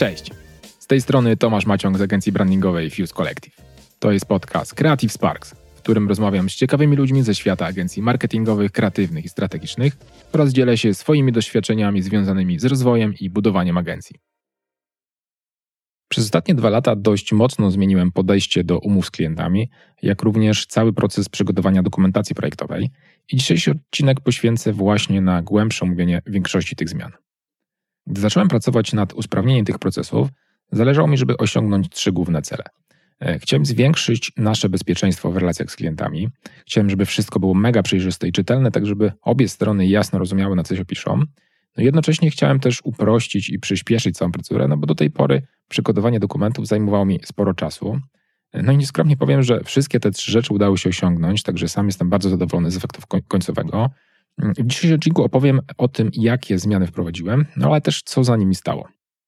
Cześć, z tej strony Tomasz Maciąg z agencji brandingowej Fuse Collective. To jest podcast Creative Sparks, w którym rozmawiam z ciekawymi ludźmi ze świata agencji marketingowych, kreatywnych i strategicznych oraz dzielę się swoimi doświadczeniami związanymi z rozwojem i budowaniem agencji. Przez ostatnie 2 lata dość mocno zmieniłem podejście do umów z klientami, jak również cały proces przygotowania dokumentacji projektowej i dzisiejszy odcinek poświęcę właśnie na głębsze omówienie większości tych zmian. Gdy zacząłem pracować nad usprawnieniem tych procesów, zależało mi, żeby osiągnąć 3 główne cele. Chciałem zwiększyć nasze bezpieczeństwo w relacjach z klientami. Chciałem, żeby wszystko było mega przejrzyste i czytelne, tak żeby obie strony jasno rozumiały, na co się piszą. Jednocześnie chciałem też uprościć i przyspieszyć całą procedurę, bo do tej pory przygotowanie dokumentów zajmowało mi sporo czasu. I nieskromnie powiem, że wszystkie te 3 rzeczy udało się osiągnąć, także sam jestem bardzo zadowolony z efektu końcowego. W dzisiejszym odcinku opowiem o tym, jakie zmiany wprowadziłem, ale też co za nimi stało.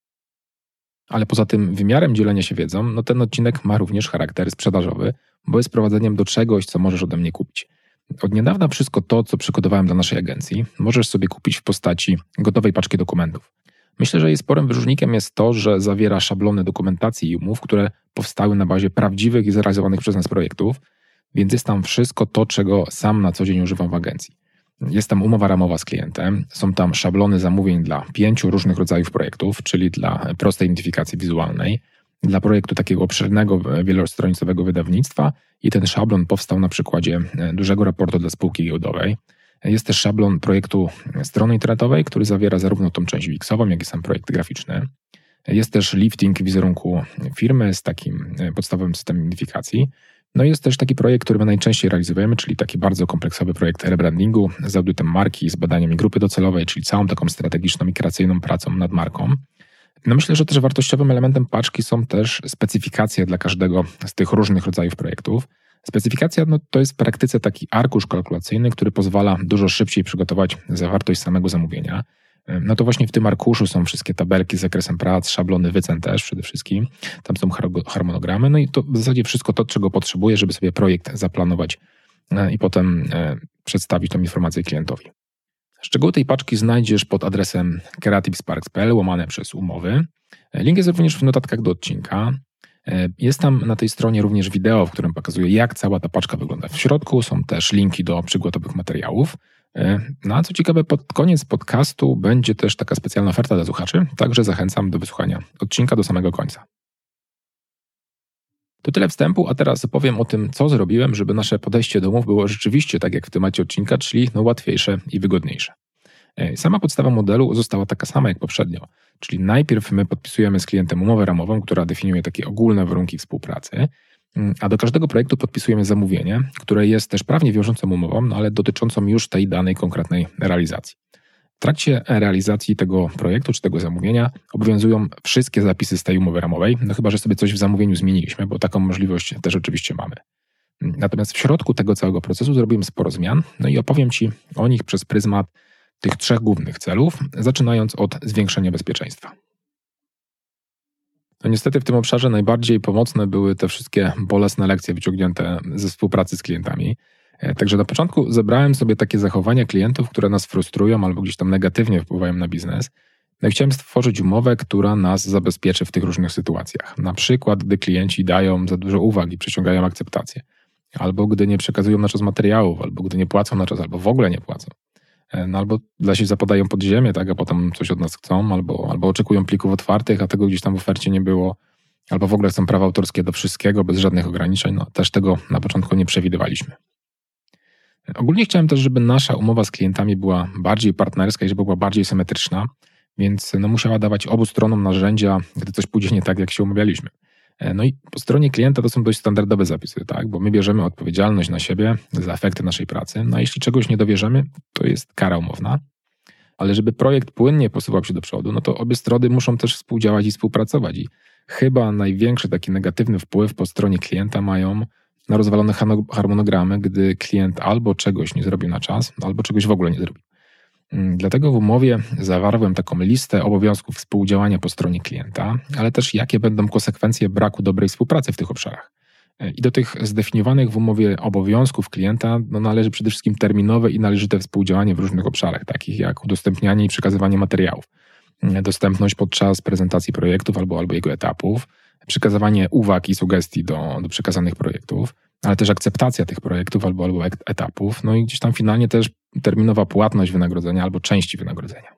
Ale poza tym wymiarem dzielenia się wiedzą, ten odcinek ma również charakter sprzedażowy, bo jest prowadzeniem do czegoś, co możesz ode mnie kupić. Od niedawna wszystko to, co przygotowałem dla naszej agencji, możesz sobie kupić w postaci gotowej paczki dokumentów. Myślę, że jej sporym wyróżnikiem jest to, że zawiera szablony dokumentacji i umów, które powstały na bazie prawdziwych i zrealizowanych przez nas projektów, więc jest tam wszystko to, czego sam na co dzień używam w agencji. Jest tam umowa ramowa z klientem, są tam szablony zamówień dla 5 różnych rodzajów projektów, czyli dla prostej identyfikacji wizualnej, dla projektu takiego obszernego, wielostronicowego wydawnictwa i ten szablon powstał na przykładzie dużego raportu dla spółki giełdowej. Jest też szablon projektu strony internetowej, który zawiera zarówno tą część UX-ową, jak i sam projekt graficzny. Jest też lifting wizerunku firmy z takim podstawowym systemem identyfikacji. Jest też taki projekt, który my najczęściej realizujemy, czyli taki bardzo kompleksowy projekt rebrandingu z audytem marki, z badaniami grupy docelowej, czyli całą taką strategiczną i kreacyjną pracą nad marką. Myślę, że też wartościowym elementem paczki są też specyfikacje dla każdego z tych różnych rodzajów projektów. Specyfikacja to jest w praktyce taki arkusz kalkulacyjny, który pozwala dużo szybciej przygotować zawartość samego zamówienia. To właśnie w tym arkuszu są wszystkie tabelki z zakresem prac, szablony wycen też przede wszystkim. Tam są harmonogramy, i to w zasadzie wszystko to, czego potrzebuję, żeby sobie projekt zaplanować i potem przedstawić tą informację klientowi. Szczegóły tej paczki znajdziesz pod adresem creativesparks.pl/umowy. Link jest również w notatkach do odcinka. Jest tam na tej stronie również wideo, w którym pokazuję, jak cała ta paczka wygląda. W środku są też linki do przygotowych materiałów. A co ciekawe, pod koniec podcastu będzie też taka specjalna oferta dla słuchaczy, także zachęcam do wysłuchania odcinka do samego końca. To tyle wstępu, a teraz opowiem o tym, co zrobiłem, żeby nasze podejście do umów było rzeczywiście tak jak w temacie odcinka, czyli łatwiejsze i wygodniejsze. Sama podstawa modelu została taka sama jak poprzednio, czyli najpierw my podpisujemy z klientem umowę ramową, która definiuje takie ogólne warunki współpracy, a do każdego projektu podpisujemy zamówienie, które jest też prawnie wiążącą umową, ale dotyczącą już tej danej konkretnej realizacji. W trakcie realizacji tego projektu czy tego zamówienia obowiązują wszystkie zapisy z tej umowy ramowej, chyba że sobie coś w zamówieniu zmieniliśmy, bo taką możliwość też oczywiście mamy. Natomiast w środku tego całego procesu zrobimy sporo zmian, i opowiem Ci o nich przez pryzmat tych 3 głównych celów, zaczynając od zwiększenia bezpieczeństwa. Niestety w tym obszarze najbardziej pomocne były te wszystkie bolesne lekcje wyciągnięte ze współpracy z klientami. Także na początku zebrałem sobie takie zachowania klientów, które nas frustrują albo gdzieś tam negatywnie wpływają na biznes. Chciałem stworzyć umowę, która nas zabezpieczy w tych różnych sytuacjach. Na przykład, gdy klienci dają za dużo uwag i przyciągają akceptację. Albo gdy nie przekazują na czas materiałów, albo gdy nie płacą na czas, albo w ogóle nie płacą. Albo dla siebie zapadają pod ziemię, a potem coś od nas chcą, albo oczekują plików otwartych, a tego gdzieś tam w ofercie nie było, albo w ogóle chcą prawa autorskie do wszystkiego, bez żadnych ograniczeń. Też tego na początku nie przewidywaliśmy. Ogólnie chciałem też, żeby nasza umowa z klientami była bardziej partnerska i żeby była bardziej symetryczna, więc musiała dawać obu stronom narzędzia, gdy coś pójdzie nie tak, jak się umawialiśmy. I po stronie klienta to są dość standardowe zapisy, bo my bierzemy odpowiedzialność na siebie za efekty naszej pracy, a jeśli czegoś nie dowierzemy, to jest kara umowna. Ale żeby projekt płynnie posuwał się do przodu, to obie strony muszą też współdziałać i współpracować. I chyba największy taki negatywny wpływ po stronie klienta mają na rozwalone harmonogramy, gdy klient albo czegoś nie zrobił na czas, albo czegoś w ogóle nie zrobił. Dlatego w umowie zawarłem taką listę obowiązków współdziałania po stronie klienta, ale też jakie będą konsekwencje braku dobrej współpracy w tych obszarach. I do tych zdefiniowanych w umowie obowiązków klienta należy przede wszystkim terminowe i należyte współdziałanie w różnych obszarach, takich jak udostępnianie i przekazywanie materiałów. dostępność podczas prezentacji projektów albo jego etapów, przekazywanie uwag i sugestii do przekazanych projektów, ale też akceptacja tych projektów albo etapów, no i gdzieś tam finalnie też terminowa płatność wynagrodzenia albo części wynagrodzenia.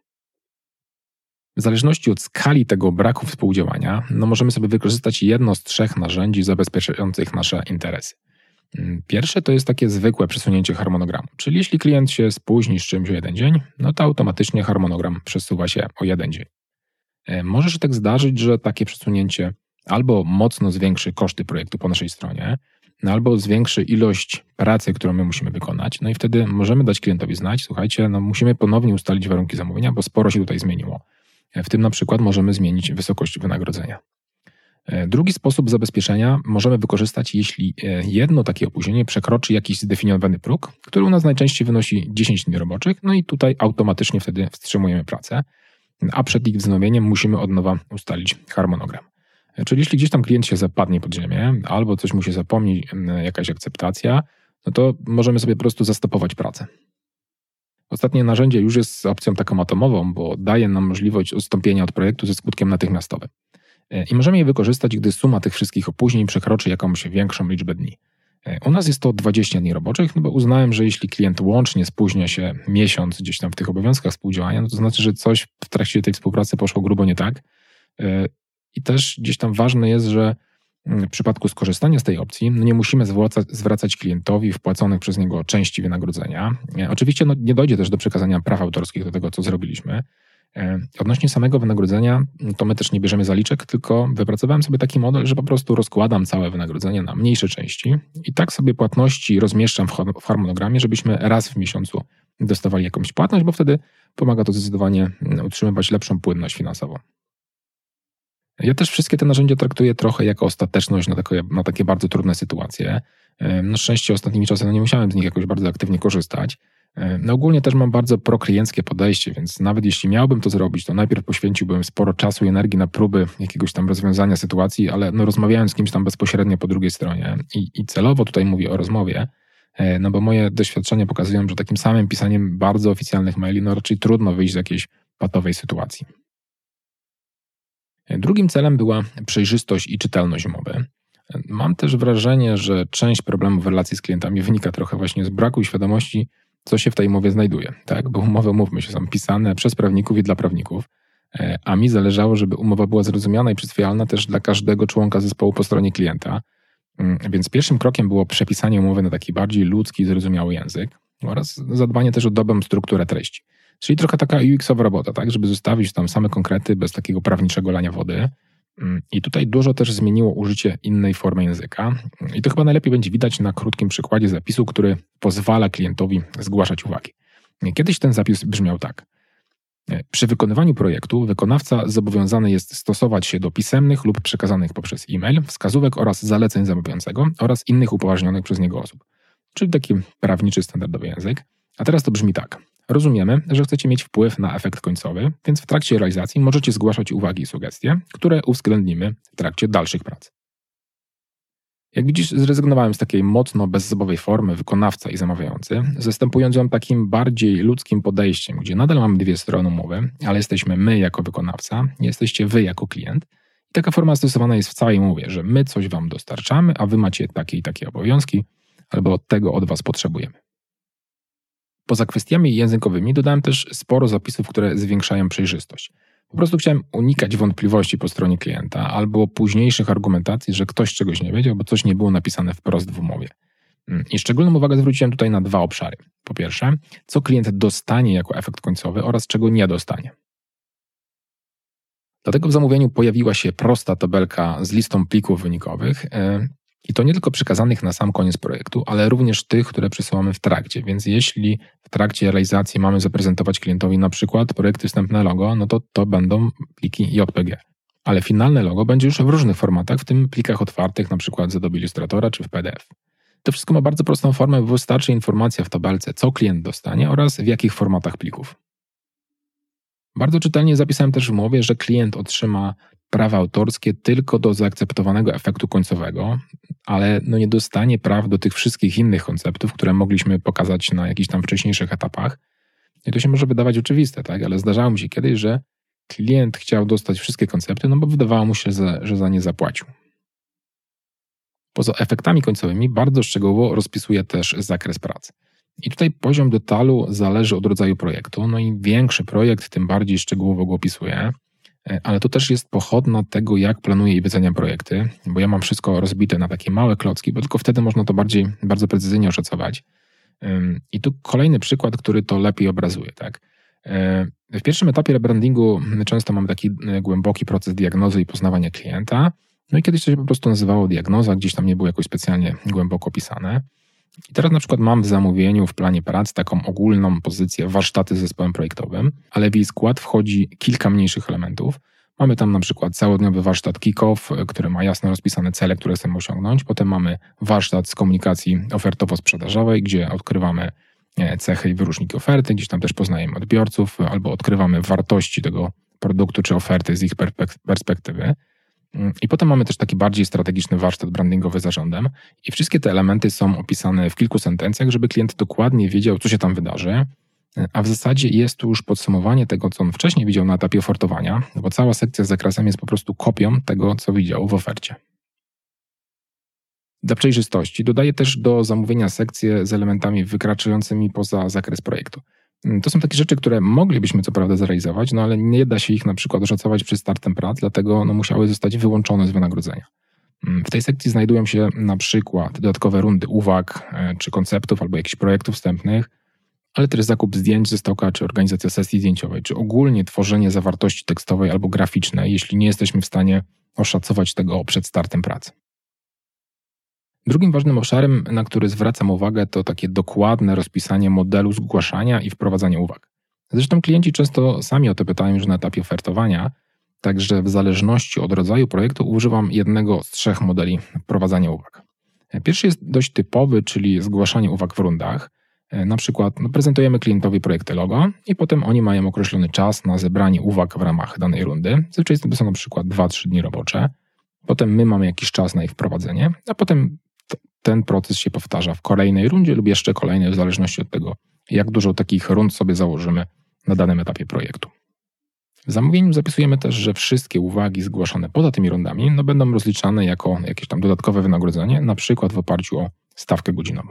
W zależności od skali tego braku współdziałania, możemy sobie wykorzystać jedno z 3 narzędzi zabezpieczających nasze interesy. Pierwsze to jest takie zwykłe przesunięcie harmonogramu, czyli jeśli klient się spóźni z czymś o 1 dzień, to automatycznie harmonogram przesuwa się o 1 dzień. Może się tak zdarzyć, że takie przesunięcie albo mocno zwiększy koszty projektu po naszej stronie, albo zwiększy ilość pracy, którą my musimy wykonać, i wtedy możemy dać klientowi znać, słuchajcie, musimy ponownie ustalić warunki zamówienia, bo sporo się tutaj zmieniło. W tym na przykład możemy zmienić wysokość wynagrodzenia. Drugi sposób zabezpieczenia możemy wykorzystać, jeśli jedno takie opóźnienie przekroczy jakiś zdefiniowany próg, który u nas najczęściej wynosi 10 dni roboczych, i tutaj automatycznie wtedy wstrzymujemy pracę, a przed ich wznowieniem musimy od nowa ustalić harmonogram. Czyli jeśli gdzieś tam klient się zapadnie pod ziemię, albo coś mu się zapomni, jakaś akceptacja, to możemy sobie po prostu zastopować pracę. Ostatnie narzędzie już jest opcją taką atomową, bo daje nam możliwość odstąpienia od projektu ze skutkiem natychmiastowym. I możemy je wykorzystać, gdy suma tych wszystkich opóźnień przekroczy jakąś większą liczbę dni. U nas jest to 20 dni roboczych, bo uznałem, że jeśli klient łącznie spóźnia się miesiąc gdzieś tam w tych obowiązkach współdziałania, to znaczy, że coś w trakcie tej współpracy poszło grubo nie tak. I też gdzieś tam ważne jest, że w przypadku skorzystania z tej opcji nie musimy zwracać klientowi wpłaconych przez niego części wynagrodzenia. Oczywiście nie dojdzie też do przekazania praw autorskich do tego, co zrobiliśmy. Odnośnie samego wynagrodzenia, to my też nie bierzemy zaliczek, tylko wypracowałem sobie taki model, że po prostu rozkładam całe wynagrodzenie na mniejsze części i tak sobie płatności rozmieszczam w harmonogramie, żebyśmy raz w miesiącu dostawali jakąś płatność, bo wtedy pomaga to zdecydowanie utrzymywać lepszą płynność finansową. Ja też wszystkie te narzędzia traktuję trochę jako ostateczność na takie bardzo trudne sytuacje. Na szczęście ostatnimi czasy nie musiałem z nich jakoś bardzo aktywnie korzystać. Ogólnie też mam bardzo proklienckie podejście, więc nawet jeśli miałbym to zrobić, to najpierw poświęciłbym sporo czasu i energii na próby jakiegoś tam rozwiązania sytuacji, ale rozmawiałem z kimś tam bezpośrednio po drugiej stronie i celowo tutaj mówię o rozmowie, bo moje doświadczenia pokazują, że takim samym pisaniem bardzo oficjalnych maili raczej trudno wyjść z jakiejś patowej sytuacji. Drugim celem była przejrzystość i czytelność umowy. Mam też wrażenie, że część problemów w relacji z klientami wynika trochę właśnie z braku świadomości, co się w tej umowie znajduje. Tak? Bo umowy, umówmy się, są pisane przez prawników i dla prawników, a mi zależało, żeby umowa była zrozumiana i przyswajalna też dla każdego członka zespołu po stronie klienta. Więc pierwszym krokiem było przepisanie umowy na taki bardziej ludzki, zrozumiały język oraz zadbanie też o dobrą strukturę treści. Czyli trochę taka UX-owa robota, tak, żeby zostawić tam same konkrety bez takiego prawniczego lania wody. I tutaj dużo też zmieniło użycie innej formy języka. I to chyba najlepiej będzie widać na krótkim przykładzie zapisu, który pozwala klientowi zgłaszać uwagi. Kiedyś ten zapis brzmiał tak. Przy wykonywaniu projektu wykonawca zobowiązany jest stosować się do pisemnych lub przekazanych poprzez e-mail wskazówek oraz zaleceń zamawiającego oraz innych upoważnionych przez niego osób. Czyli taki prawniczy, standardowy język. A teraz to brzmi tak. Rozumiemy, że chcecie mieć wpływ na efekt końcowy, więc w trakcie realizacji możecie zgłaszać uwagi i sugestie, które uwzględnimy w trakcie dalszych prac. Jak widzisz, zrezygnowałem z takiej mocno bezzasobowej formy wykonawca i zamawiający, zastępując ją takim bardziej ludzkim podejściem, gdzie nadal mamy dwie strony umowy, ale jesteśmy my jako wykonawca, jesteście wy jako klient. I taka forma stosowana jest w całej umowie, że my coś wam dostarczamy, a wy macie takie i takie obowiązki, albo tego od was potrzebujemy. Poza kwestiami językowymi dodałem też sporo zapisów, które zwiększają przejrzystość. Po prostu chciałem unikać wątpliwości po stronie klienta albo późniejszych argumentacji, że ktoś czegoś nie wiedział, bo coś nie było napisane wprost w umowie. I szczególną uwagę zwróciłem tutaj na 2 obszary. Po pierwsze, co klient dostanie jako efekt końcowy oraz czego nie dostanie. Dlatego w zamówieniu pojawiła się prosta tabelka z listą plików wynikowych i to nie tylko przekazanych na sam koniec projektu, ale również tych, które przesyłamy w trakcie. Więc jeśli w trakcie realizacji mamy zaprezentować klientowi na przykład projekty wstępne logo, to będą pliki JPG. Ale finalne logo będzie już w różnych formatach, w tym plikach otwartych, na przykład z Adobe Illustratora czy w PDF. To wszystko ma bardzo prostą formę, bo wystarczy informacja w tabelce, co klient dostanie oraz w jakich formatach plików. Bardzo czytelnie zapisałem też w umowie, że klient otrzyma prawa autorskie tylko do zaakceptowanego efektu końcowego, ale nie dostanie praw do tych wszystkich innych konceptów, które mogliśmy pokazać na jakichś tam wcześniejszych etapach. I to się może wydawać oczywiste, tak? Ale zdarzało mi się kiedyś, że klient chciał dostać wszystkie koncepty, bo wydawało mu się, że za nie zapłacił. Poza efektami końcowymi bardzo szczegółowo rozpisuje też zakres pracy. I tutaj poziom detalu zależy od rodzaju projektu, i większy projekt, tym bardziej szczegółowo go opisuje, ale to też jest pochodna tego, jak planuję i wyceniam projekty, bo ja mam wszystko rozbite na takie małe klocki, bo tylko wtedy można to bardzo precyzyjnie oszacować. I tu kolejny przykład, który to lepiej obrazuje. Tak? W pierwszym etapie rebrandingu często mamy taki głęboki proces diagnozy i poznawania klienta, i kiedyś to się po prostu nazywało diagnoza, gdzieś tam nie było jakoś specjalnie głęboko opisane. I teraz na przykład mam w zamówieniu, w planie prac taką ogólną pozycję warsztaty z zespołem projektowym, ale w jej skład wchodzi kilka mniejszych elementów. Mamy tam na przykład całodniowy warsztat kick-off, który ma jasno rozpisane cele, które chcemy osiągnąć. Potem mamy warsztat z komunikacji ofertowo-sprzedażowej, gdzie odkrywamy cechy i wyróżniki oferty, gdzieś tam też poznajemy odbiorców albo odkrywamy wartości tego produktu czy oferty z ich perspektywy. I potem mamy też taki bardziej strategiczny warsztat brandingowy z zarządem i wszystkie te elementy są opisane w kilku sentencjach, żeby klient dokładnie wiedział, co się tam wydarzy, a w zasadzie jest tu już podsumowanie tego, co on wcześniej widział na etapie ofertowania, bo cała sekcja z zakresem jest po prostu kopią tego, co widział w ofercie. Dla przejrzystości dodaję też do zamówienia sekcję z elementami wykraczającymi poza zakres projektu. To są takie rzeczy, które moglibyśmy co prawda zrealizować, ale nie da się ich na przykład oszacować przed startem prac, dlatego musiały zostać wyłączone z wynagrodzenia. W tej sekcji znajdują się na przykład dodatkowe rundy uwag, czy konceptów, albo jakichś projektów wstępnych, ale też zakup zdjęć ze stoka, czy organizacja sesji zdjęciowej, czy ogólnie tworzenie zawartości tekstowej albo graficznej, jeśli nie jesteśmy w stanie oszacować tego przed startem pracy. Drugim ważnym obszarem, na który zwracam uwagę, to takie dokładne rozpisanie modelu zgłaszania i wprowadzania uwag. Zresztą klienci często sami o to pytają już na etapie ofertowania, także w zależności od rodzaju projektu używam jednego z 3 modeli wprowadzania uwag. Pierwszy jest dość typowy, czyli zgłaszanie uwag w rundach. Na przykład prezentujemy klientowi projekty logo i potem oni mają określony czas na zebranie uwag w ramach danej rundy. Zazwyczaj to są na przykład 2-3 dni robocze. Potem my mamy jakiś czas na ich wprowadzenie, a potem ten proces się powtarza w kolejnej rundzie lub jeszcze kolejnej, w zależności od tego, jak dużo takich rund sobie założymy na danym etapie projektu. W zamówieniu zapisujemy też, że wszystkie uwagi zgłaszane poza tymi rundami będą rozliczane jako jakieś tam dodatkowe wynagrodzenie, na przykład w oparciu o stawkę godzinową.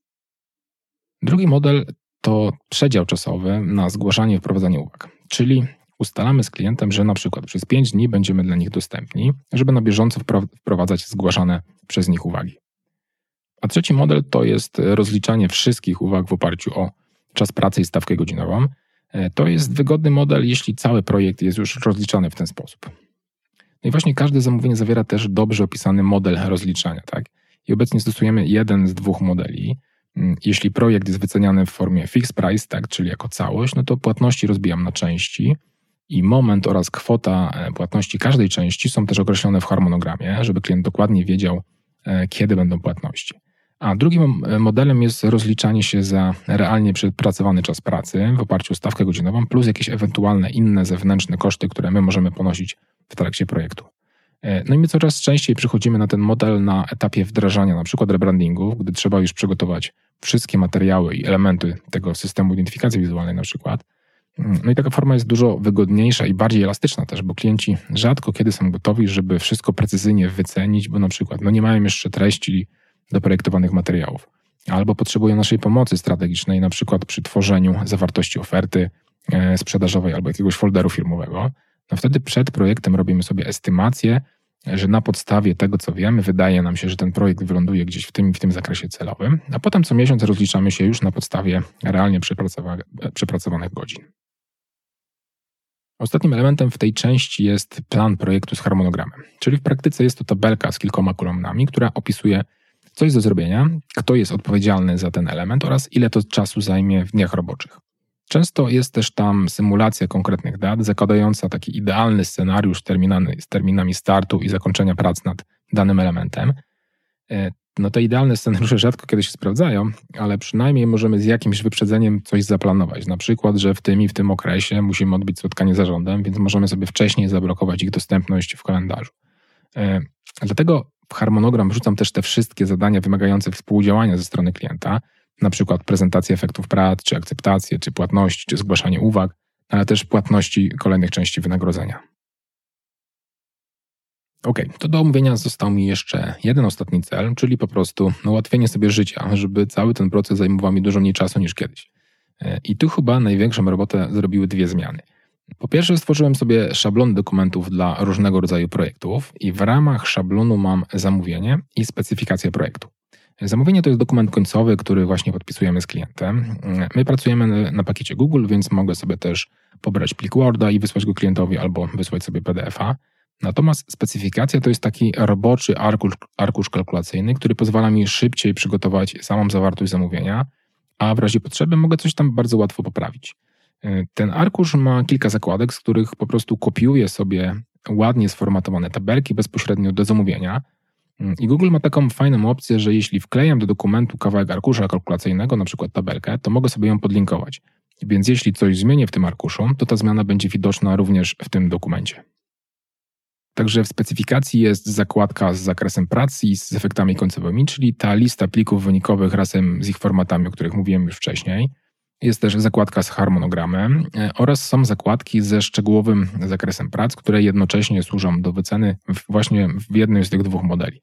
Drugi model to przedział czasowy na zgłaszanie i wprowadzanie uwag, czyli ustalamy z klientem, że na przykład przez 5 dni będziemy dla nich dostępni, żeby na bieżąco wprowadzać zgłaszane przez nich uwagi. A trzeci model to jest rozliczanie wszystkich uwag w oparciu o czas pracy i stawkę godzinową. To jest wygodny model, jeśli cały projekt jest już rozliczany w ten sposób. I właśnie każde zamówienie zawiera też dobrze opisany model rozliczania. Tak? I obecnie stosujemy jeden z 2 modeli. Jeśli projekt jest wyceniany w formie fixed price, tak, czyli jako całość, to płatności rozbijam na części i moment oraz kwota płatności każdej części są też określone w harmonogramie, żeby klient dokładnie wiedział, kiedy będą płatności. A drugim modelem jest rozliczanie się za realnie przepracowany czas pracy w oparciu o stawkę godzinową plus jakieś ewentualne inne zewnętrzne koszty, które my możemy ponosić w trakcie projektu. I my coraz częściej przychodzimy na ten model na etapie wdrażania na przykład rebrandingu, gdy trzeba już przygotować wszystkie materiały i elementy tego systemu identyfikacji wizualnej na przykład. I taka forma jest dużo wygodniejsza i bardziej elastyczna też, bo klienci rzadko kiedy są gotowi, żeby wszystko precyzyjnie wycenić, bo na przykład nie mają jeszcze treści do projektowanych materiałów, albo potrzebują naszej pomocy strategicznej, na przykład przy tworzeniu zawartości oferty sprzedażowej albo jakiegoś folderu firmowego. Wtedy przed projektem robimy sobie estymację, że na podstawie tego, co wiemy, wydaje nam się, że ten projekt wyląduje gdzieś w tym zakresie celowym, a potem co miesiąc rozliczamy się już na podstawie realnie przepracowanych godzin. Ostatnim elementem w tej części jest plan projektu z harmonogramem, czyli w praktyce jest to tabelka z kilkoma kolumnami, która opisuje, co jest do zrobienia, kto jest odpowiedzialny za ten element oraz ile to czasu zajmie w dniach roboczych. Często jest też tam symulacja konkretnych dat, zakładająca taki idealny scenariusz z terminami startu i zakończenia prac nad danym elementem. Te idealne scenariusze rzadko kiedy się sprawdzają, ale przynajmniej możemy z jakimś wyprzedzeniem coś zaplanować. Na przykład, że w tym okresie musimy odbyć spotkanie z zarządem, więc możemy sobie wcześniej zablokować ich dostępność w kalendarzu. Dlatego w harmonogram wrzucam też te wszystkie zadania wymagające współdziałania ze strony klienta, na przykład prezentacja efektów prac, czy akceptację, czy płatności, czy zgłaszanie uwag, ale też płatności kolejnych części wynagrodzenia. To do omówienia został mi jeszcze jeden ostatni cel, czyli po prostu ułatwienie sobie życia, żeby cały ten proces zajmował mi dużo mniej czasu niż kiedyś. I tu chyba największą robotę zrobiły dwie zmiany. Po pierwsze, stworzyłem sobie szablon dokumentów dla różnego rodzaju projektów i w ramach szablonu mam zamówienie i specyfikację projektu. Zamówienie to jest dokument końcowy, który właśnie podpisujemy z klientem. My pracujemy na pakiecie Google, więc mogę sobie też pobrać plik Worda i wysłać go klientowi albo wysłać sobie PDF-a. Natomiast specyfikacja to jest taki roboczy arkusz kalkulacyjny, który pozwala mi szybciej przygotować samą zawartość zamówienia, a w razie potrzeby mogę coś tam bardzo łatwo poprawić. Ten arkusz ma kilka zakładek, z których po prostu kopiuję sobie ładnie sformatowane tabelki bezpośrednio do zamówienia. I Google ma taką fajną opcję, że jeśli wklejam do dokumentu kawałek arkusza kalkulacyjnego, na przykład tabelkę, to mogę sobie ją podlinkować. Więc jeśli coś zmienię w tym arkuszu, to ta zmiana będzie widoczna również w tym dokumencie. Także w specyfikacji jest zakładka z zakresem pracy i z efektami końcowymi, czyli ta lista plików wynikowych razem z ich formatami, o których mówiłem już wcześniej. Jest też zakładka z harmonogramem oraz są zakładki ze szczegółowym zakresem prac, które jednocześnie służą do wyceny właśnie w jednym z tych dwóch modeli.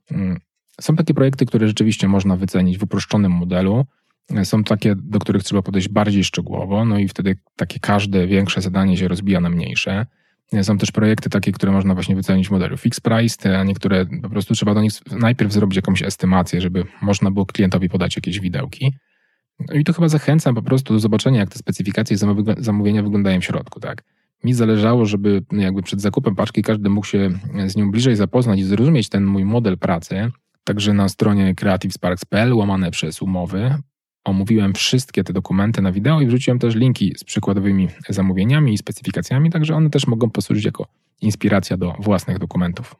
Są takie projekty, które rzeczywiście można wycenić w uproszczonym modelu. Są takie, do których trzeba podejść bardziej szczegółowo, no i wtedy takie każde większe zadanie się rozbija na mniejsze. Są też projekty takie, które można właśnie wycenić w modelu fixed price, a niektóre po prostu trzeba do nich najpierw zrobić jakąś estymację, żeby można było klientowi podać jakieś widełki. No i to chyba zachęcam po prostu do zobaczenia, jak te specyfikacje zamówienia wyglądają w środku, tak? Mi zależało, żeby jakby przed zakupem paczki każdy mógł się z nią bliżej zapoznać i zrozumieć ten mój model pracy. Także na stronie creativesparks.pl /umowy omówiłem wszystkie te dokumenty na wideo i wrzuciłem też linki z przykładowymi zamówieniami i specyfikacjami, także one też mogą posłużyć jako inspiracja do własnych dokumentów.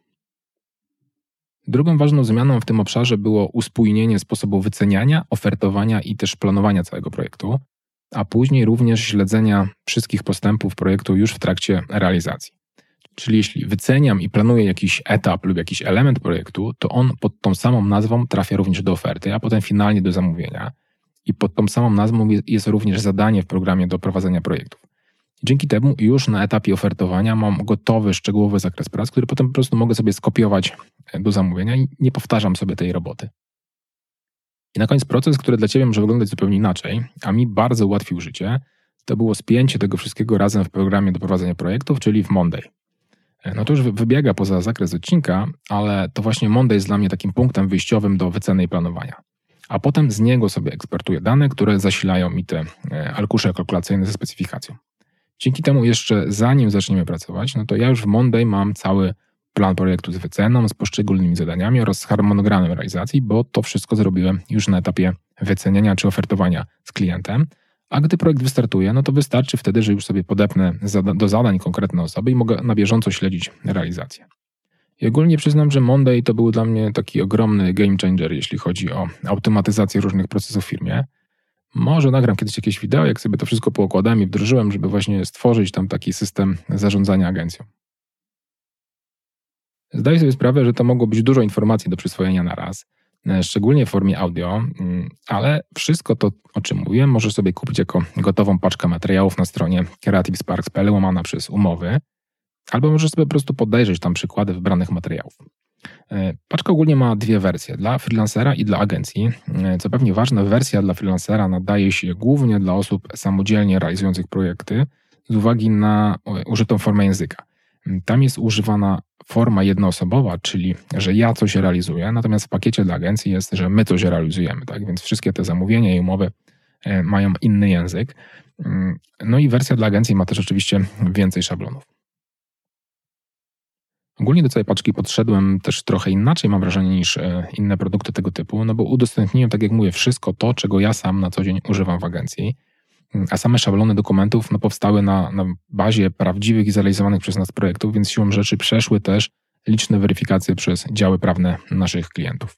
Drugą ważną zmianą w tym obszarze było uspójnienie sposobu wyceniania, ofertowania i też planowania całego projektu, a później również śledzenia wszystkich postępów projektu już w trakcie realizacji. Czyli jeśli wyceniam i planuję jakiś etap lub jakiś element projektu, to on pod tą samą nazwą trafia również do oferty, a potem finalnie do zamówienia. I pod tą samą nazwą jest również zadanie w programie do prowadzenia projektów. Dzięki temu już na etapie ofertowania mam gotowy, szczegółowy zakres prac, który potem po prostu mogę sobie skopiować do zamówienia i nie powtarzam sobie tej roboty. I na koniec proces, który dla Ciebie może wyglądać zupełnie inaczej, a mi bardzo ułatwił życie, to było spięcie tego wszystkiego razem w programie do prowadzenia projektów, czyli w Monday. No to już wybiega poza zakres odcinka, ale to właśnie Monday jest dla mnie takim punktem wyjściowym do wyceny i planowania. A potem z niego sobie eksportuję dane, które zasilają mi te arkusze kalkulacyjne ze specyfikacją. Dzięki temu jeszcze zanim zaczniemy pracować, no to ja już w Monday mam cały plan projektu z wyceną, z poszczególnymi zadaniami oraz z harmonogramem realizacji, bo to wszystko zrobiłem już na etapie wyceniania czy ofertowania z klientem. A gdy projekt wystartuje, no to wystarczy wtedy, że już sobie podepnę do zadań konkretne osoby i mogę na bieżąco śledzić realizację. I ogólnie przyznam, że Monday to był dla mnie taki ogromny game changer, jeśli chodzi o automatyzację różnych procesów w firmie. Może nagram kiedyś jakieś wideo, jak sobie to wszystko poukładałem i wdrożyłem, żeby właśnie stworzyć tam taki system zarządzania agencją. Zdaję sobie sprawę, że to mogło być dużo informacji do przyswojenia na raz, szczególnie w formie audio, ale wszystko to, o czym mówiłem, możesz sobie kupić jako gotową paczkę materiałów na stronie creativesparks.pl /umowy, albo możesz sobie po prostu podejrzeć tam przykłady wybranych materiałów. Paczka ogólnie ma dwie wersje, dla freelancera i dla agencji. Co pewnie ważne, wersja dla freelancera nadaje się głównie dla osób samodzielnie realizujących projekty z uwagi na użytą formę języka. Tam jest używana forma jednoosobowa, czyli że ja coś realizuję, natomiast w pakiecie dla agencji jest, że my coś realizujemy, tak? Więc wszystkie te zamówienia i umowy mają inny język. No i wersja dla agencji ma też oczywiście więcej szablonów. Ogólnie do całej paczki podszedłem też trochę inaczej, mam wrażenie, niż inne produkty tego typu, no bo udostępniłem, tak jak mówię, wszystko to, czego ja sam na co dzień używam w agencji, a same szablony dokumentów powstały na bazie prawdziwych i zrealizowanych przez nas projektów, więc siłą rzeczy przeszły też liczne weryfikacje przez działy prawne naszych klientów.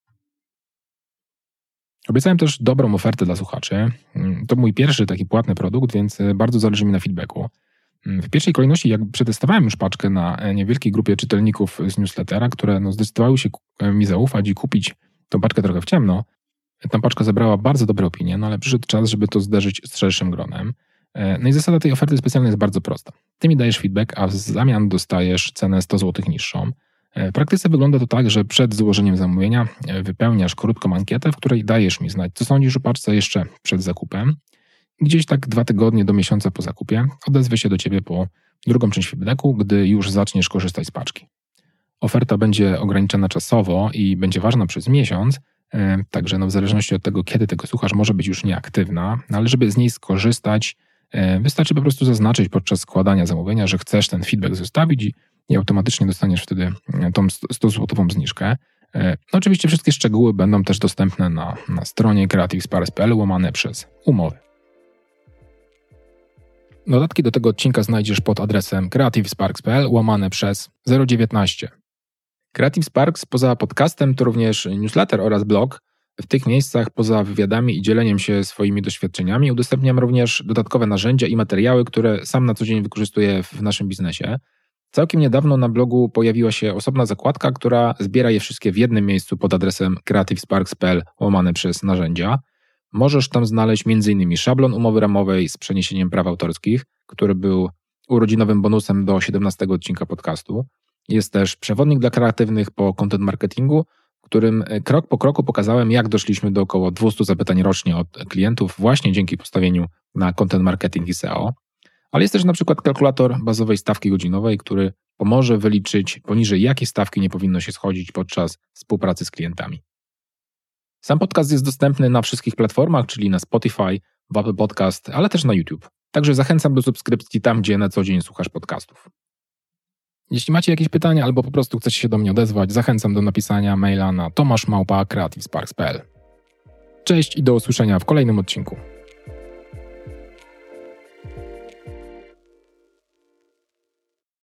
Obiecałem też dobrą ofertę dla słuchaczy. To mój pierwszy taki płatny produkt, więc bardzo zależy mi na feedbacku. W pierwszej kolejności, jak przetestowałem już paczkę na niewielkiej grupie czytelników z newslettera, które zdecydowały się mi zaufać i kupić tą paczkę trochę w ciemno, ta paczka zebrała bardzo dobre opinie, ale przyszedł czas, żeby to zderzyć z szerszym gronem. No i zasada tej oferty specjalnej jest bardzo prosta. Ty mi dajesz feedback, a w zamian dostajesz cenę 100 zł niższą. W praktyce wygląda to tak, że przed złożeniem zamówienia wypełniasz krótką ankietę, w której dajesz mi znać, co sądzisz o paczce jeszcze przed zakupem. Gdzieś tak 2 tygodnie do miesiąca po zakupie odezwę się do Ciebie po drugą część feedbacku, gdy już zaczniesz korzystać z paczki. Oferta będzie ograniczona czasowo i będzie ważna przez miesiąc, także w zależności od tego, kiedy tego słuchasz, może być już nieaktywna, ale żeby z niej skorzystać, wystarczy po prostu zaznaczyć podczas składania zamówienia, że chcesz ten feedback zostawić i automatycznie dostaniesz wtedy tą 100-złotową zniżkę. Oczywiście wszystkie szczegóły będą też dostępne na stronie creativesparks.pl/umowy. Dodatki do tego odcinka znajdziesz pod adresem creativesparks.pl/019. Creative Sparks poza podcastem to również newsletter oraz blog. W tych miejscach poza wywiadami i dzieleniem się swoimi doświadczeniami udostępniam również dodatkowe narzędzia i materiały, które sam na co dzień wykorzystuję w naszym biznesie. Całkiem niedawno na blogu pojawiła się osobna zakładka, która zbiera je wszystkie w jednym miejscu pod adresem creativesparks.pl/narzędzia. Możesz tam znaleźć m.in. szablon umowy ramowej z przeniesieniem praw autorskich, który był urodzinowym bonusem do 17 odcinka podcastu. Jest też przewodnik dla kreatywnych po content marketingu, w którym krok po kroku pokazałem, jak doszliśmy do około 200 zapytań rocznie od klientów właśnie dzięki postawieniu na content marketing i SEO. Ale jest też na przykład kalkulator bazowej stawki godzinowej, który pomoże wyliczyć, poniżej jakiej stawki nie powinno się schodzić podczas współpracy z klientami. Sam podcast jest dostępny na wszystkich platformach, czyli na Spotify, w Apple Podcast, ale też na YouTube. Także zachęcam do subskrypcji tam, gdzie na co dzień słuchasz podcastów. Jeśli macie jakieś pytania albo po prostu chcecie się do mnie odezwać, zachęcam do napisania maila na tomaszmałpa.creativesparks.pl. Cześć i do usłyszenia w kolejnym odcinku.